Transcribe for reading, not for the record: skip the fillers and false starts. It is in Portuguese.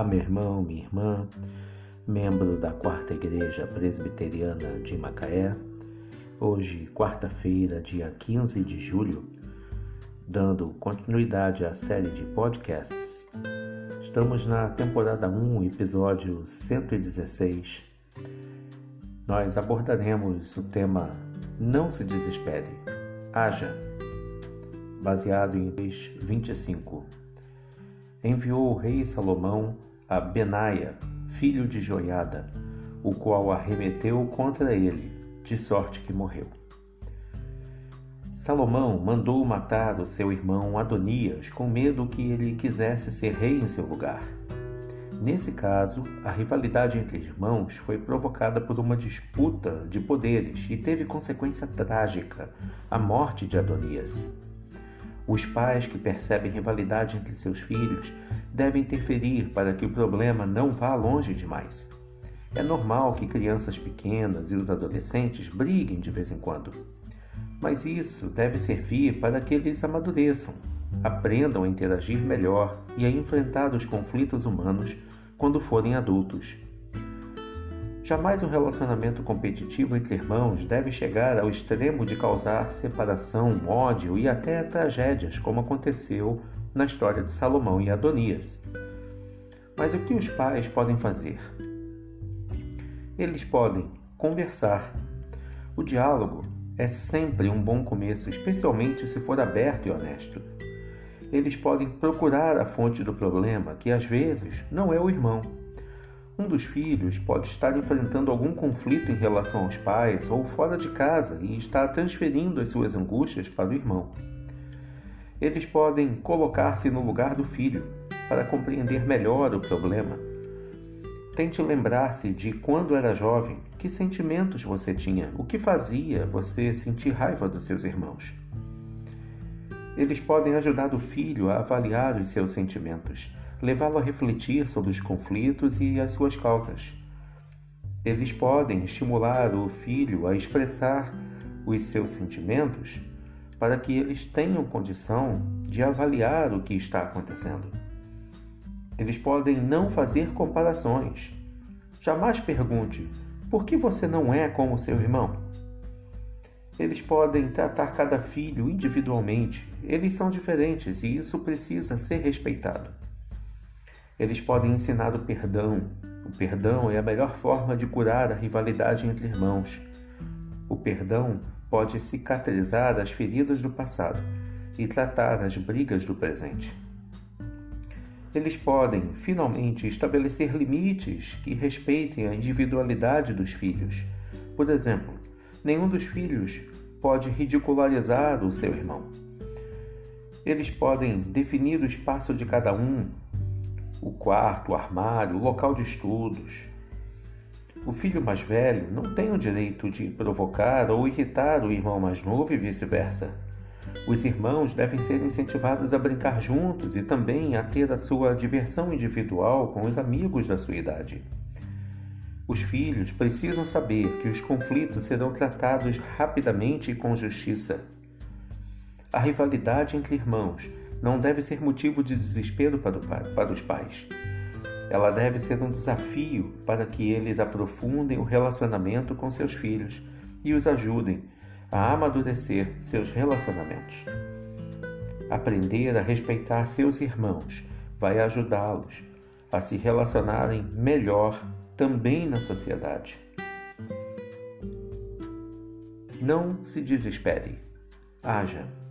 Olá, meu irmão, minha irmã, membro da Quarta Igreja Presbiteriana de Macaé. Hoje, quarta-feira, dia 15 de julho, dando continuidade à série de podcasts. Estamos na temporada 1, episódio 116. Nós abordaremos o tema Não se desespere, haja, baseado em Reis 25. Enviou o rei Salomão a Benaia, filho de Joiada, o qual arremeteu contra ele, de sorte que morreu. Salomão mandou matar o seu irmão Adonias, com medo que ele quisesse ser rei em seu lugar. Nesse caso, a rivalidade entre irmãos foi provocada por uma disputa de poderes e teve consequência trágica, a morte de Adonias. Os pais que percebem rivalidade entre seus filhos devem interferir para que o problema não vá longe demais. É normal que crianças pequenas e os adolescentes briguem de vez em quando. Mas isso deve servir para que eles amadureçam, aprendam a interagir melhor e a enfrentar os conflitos humanos quando forem adultos. Jamais um relacionamento competitivo entre irmãos deve chegar ao extremo de causar separação, ódio e até tragédias, como aconteceu na história de Salomão e Adonias. Mas o que os pais podem fazer? Eles podem conversar. O diálogo é sempre um bom começo, especialmente se for aberto e honesto. Eles podem procurar a fonte do problema, que às vezes não é o irmão. Um dos filhos pode estar enfrentando algum conflito em relação aos pais ou fora de casa e está transferindo as suas angústias para o irmão. Eles podem colocar-se no lugar do filho para compreender melhor o problema. Tente lembrar-se de quando era jovem, que sentimentos você tinha, o que fazia você sentir raiva dos seus irmãos. Eles podem ajudar o filho a avaliar os seus sentimentos, levá-lo a refletir sobre os conflitos e as suas causas. Eles podem estimular o filho a expressar os seus sentimentos para que eles tenham condição de avaliar o que está acontecendo. Eles podem não fazer comparações. Jamais pergunte: por que você não é como seu irmão? Eles podem tratar cada filho individualmente. Eles são diferentes e isso precisa ser respeitado. Eles podem ensinar o perdão. O perdão é a melhor forma de curar a rivalidade entre irmãos. O perdão pode cicatrizar as feridas do passado e tratar as brigas do presente. Eles podem, finalmente, estabelecer limites que respeitem a individualidade dos filhos. Por exemplo, nenhum dos filhos pode ridicularizar o seu irmão. Eles podem definir o espaço de cada um, o quarto, o armário, o local de estudos. O filho mais velho não tem o direito de provocar ou irritar o irmão mais novo e vice-versa. Os irmãos devem ser incentivados a brincar juntos e também a ter a sua diversão individual com os amigos da sua idade. Os filhos precisam saber que os conflitos serão tratados rapidamente e com justiça. A rivalidade entre irmãos não deve ser motivo de desespero para os pais. Ela deve ser um desafio para que eles aprofundem o relacionamento com seus filhos e os ajudem a amadurecer seus relacionamentos. Aprender a respeitar seus irmãos vai ajudá-los a se relacionarem melhor também na sociedade. Não se desespere. Haja.